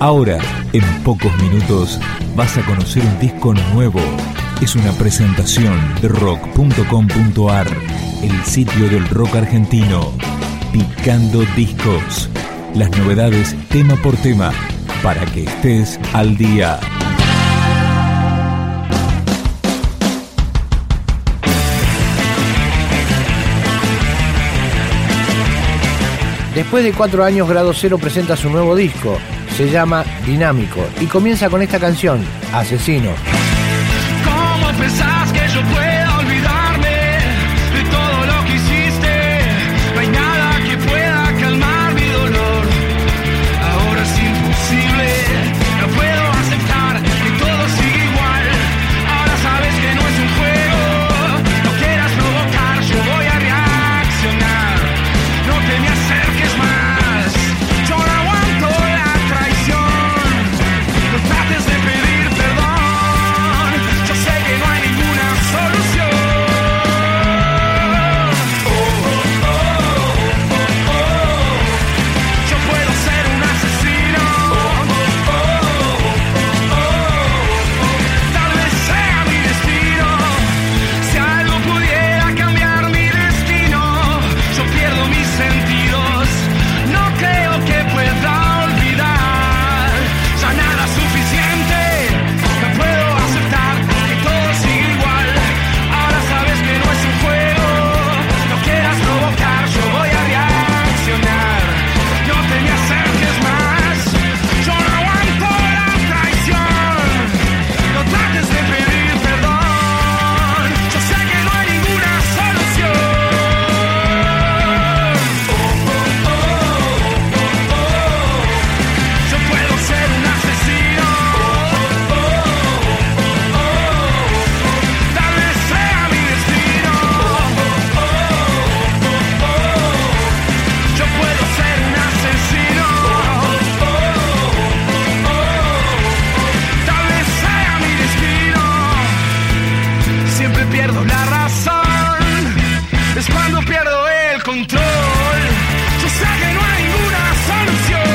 Ahora, en pocos minutos, vas a conocer un disco nuevo. Es una presentación de rock.com.ar, el sitio del rock argentino. Picando discos. Las novedades tema por tema, para que estés al día. Después de 4 años, Grado Cero presenta su nuevo disco. Se llama Dinámico y comienza con esta canción, Asesino. ¿Cómo pensás que yo pueda olvidarme de todo lo que hiciste? No hay nada que pueda calmar mi dolor. Ahora es imposible, no puedo aceptar que todo sigue igual. Ahora sabes que no es un juego, no quieras provocar, yo voy a reaccionar. No te me acerques más, yo no aguanto la traición. No trates de pedir perdón, yo sé que no hay ninguna solución. Yo puedo ser un asesino, tal vez sea mi destino. Si algo pudiera cambiar mi destino, yo pierdo mis sentidos. No creo que pueda olvidar ya nada suficiente. No puedo aceptar que todo sigue igual. Ahora sabes que no es un juego, no quieras provocar, yo voy a reaccionar. No te me acerques más, yo no aguanto la traición. No trates de pedir perdón, yo sé que no hay ninguna solución. Yo puedo ser un asesino, tal vez sea mi destino. Yo puedo ser un asesino, tal vez sea mi destino. Siempre pierdo la razón, es cuando pierdo el control. Yo sé que no hay ninguna solución.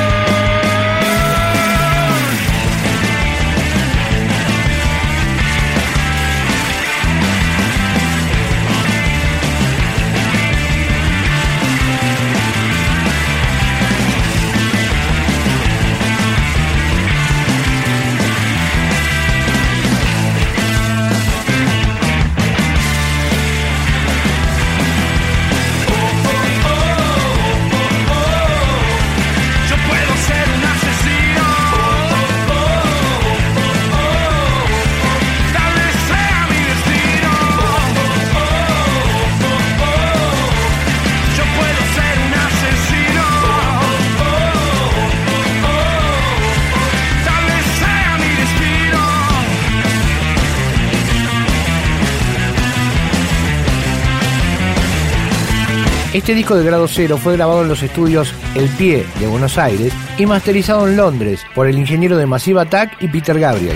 Yo puedo ser un asesino, tal vez sea mi destino. Yo puedo ser un asesino, tal vez sea mi destino. Este disco de Grado Cero fue grabado en los estudios El Pie de Buenos Aires y masterizado en Londres por el ingeniero de Massive Attack y Peter Gabriel.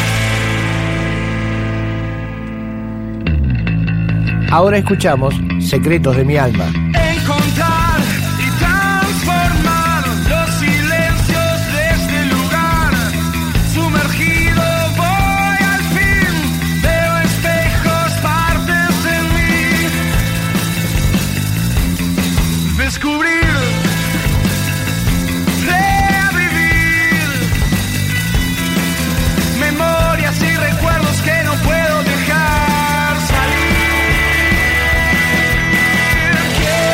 Ahora escuchamos Secretos de mi alma. Encontrar y transformar los silencios de este lugar. Sumergido voy al fin, veo espejos, partes de mí. Descubrir, revivir memorias y recuerdos que no puedo dejar salir.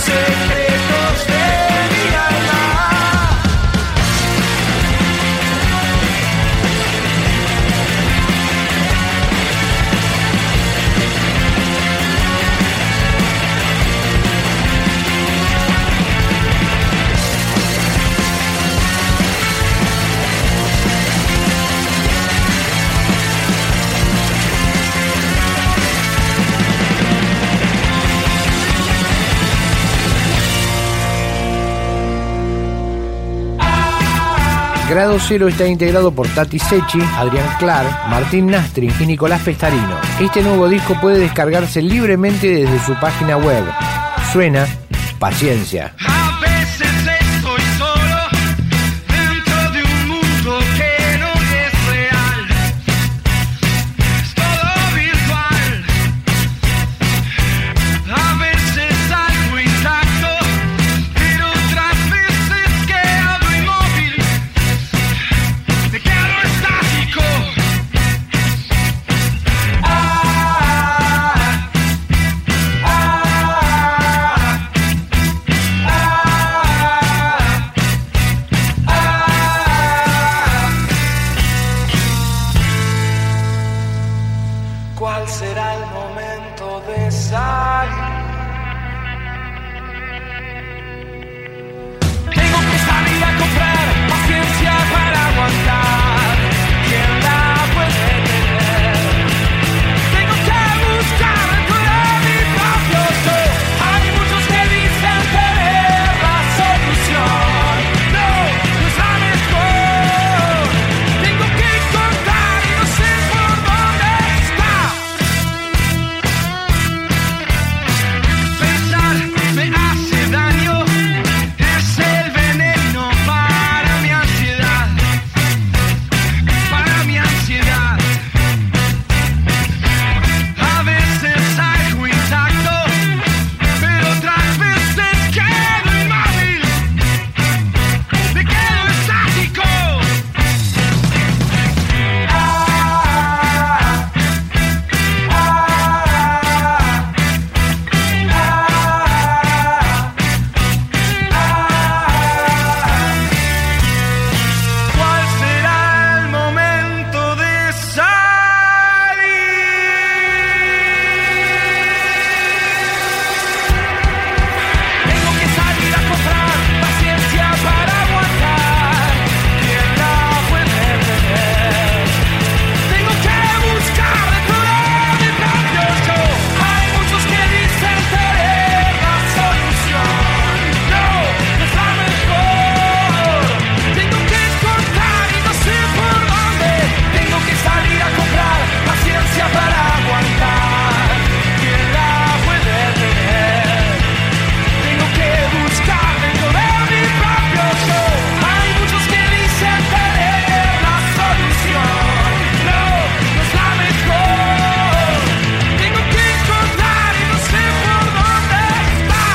secretos de mi alma. Grado Cero está integrado por Tati Secchi, Adrián Clark, Martín Nastri y Nicolás Pestarino. Este nuevo disco puede descargarse libremente desde su página web. Suena Paciencia. A veces estoy solo dentro de un mundo que no es real. Es todo virtual. A veces algo intacto, pero otras veces quedo inmóvil. Me quedo estático. ¿Cuál será el momento de salir? Tengo que salir a comprar paciencia para aguantar. ¿Quién la puede tener? Tengo que buscar dentro de mi propio yo. Hay muchos que dicen tener la solución. No, no es la mejor. Tengo que encontrar y no sé por dónde está. Pensar me hace daño, es el veneno para mi ansiedad, para mi ansiedad. A veces algo intacto, pero otras veces quedo inmóvil, me quedo estático. ¿Cuál será el momento de salir? Tengo que salir a comprar paciencia para aguantar. ¿Quién la puede tener? Tengo que buscar dentro de mi propio yo. Hay muchos que dicen tener la solución. No, no es la mejor. Tengo que encontrar y no sé por dónde. Tengo que salir a comprar paciencia para aguantar. ¿Quién la puede tener? Tengo que buscar dentro de mi propio yo. Hay muchos que dicen tener la solución. No, no es la mejor. Tengo que encontrar y no sé por dónde está.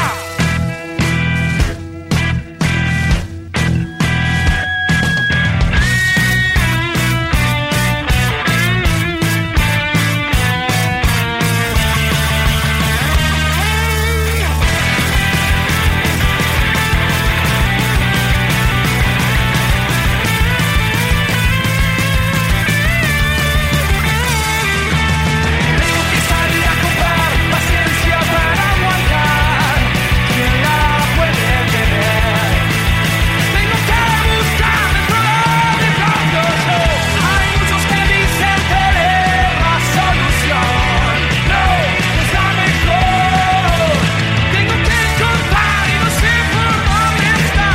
Tengo que salir a comprar paciencia para aguantar. ¿Quién la puede tener? Tengo que buscar dentro de mi propio yo. Hay muchos que dicen tener la solución. No, no es la mejor. Tengo que encontrar y no sé por dónde está.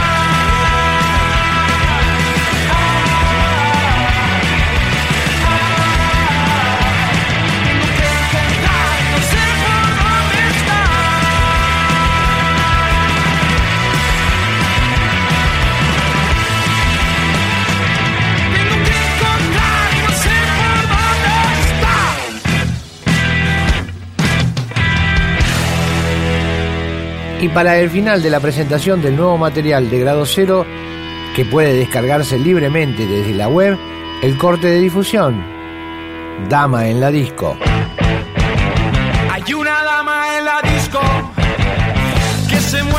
Tengo que encontrar y no sé por dónde está. Tengo que encontrar y no sé por dónde está. Y para el final de la presentación del nuevo material de Grado Cero, que puede descargarse libremente desde la web, el corte de difusión, Dama en la Disco. Hay una dama en la disco que se mueve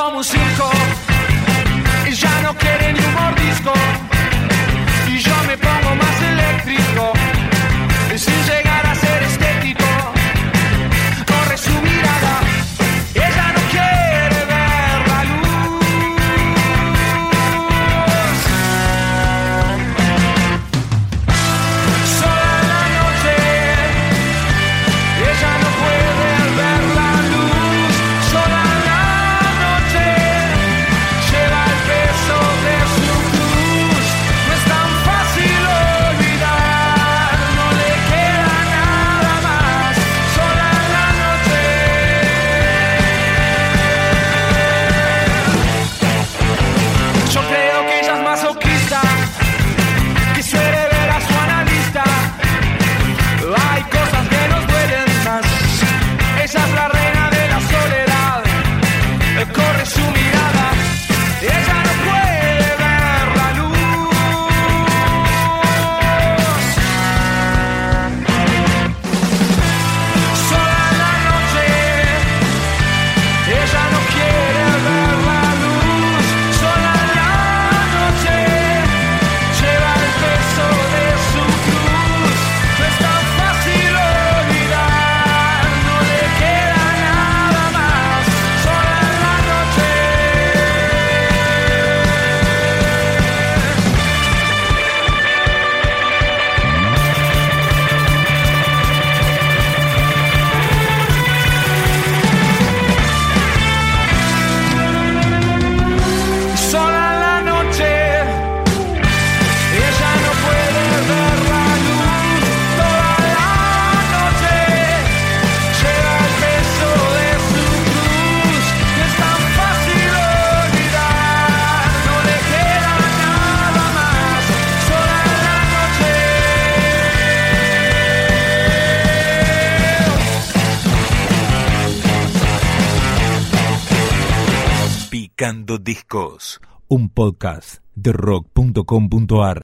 como un circo y ya no quiere ni un mordisco. Y yo me pongo más eléctrico sin llegar a ser estético. Corre su mirada, ella no quiere ver la luz. Sola en la noche, ella no puede ver la luz. Sola en la noche, lleva el peso de su cruz. No es tan fácil olvidar, no le queda nada más. Sola en la noche. Yo creo que ella es masoquista, que suele ver a su analista. Hay cosas que nos duelen más. Ella es la reina de la soledad. Corre su mirada, ella no puede ver la luz. Sola en la noche, ella no quiere ver la luz. Sola en la noche, lleva el peso de su cruz. No es tan fácil olvidar, no le queda nada más. Sola en la noche. Sola en la noche, ella no puede ver la luz. Toda la noche, lleva el peso de su cruz. No es tan fácil olvidar, no le queda nada más. Sola en la noche. Picando Discos, un podcast de rock.com.ar.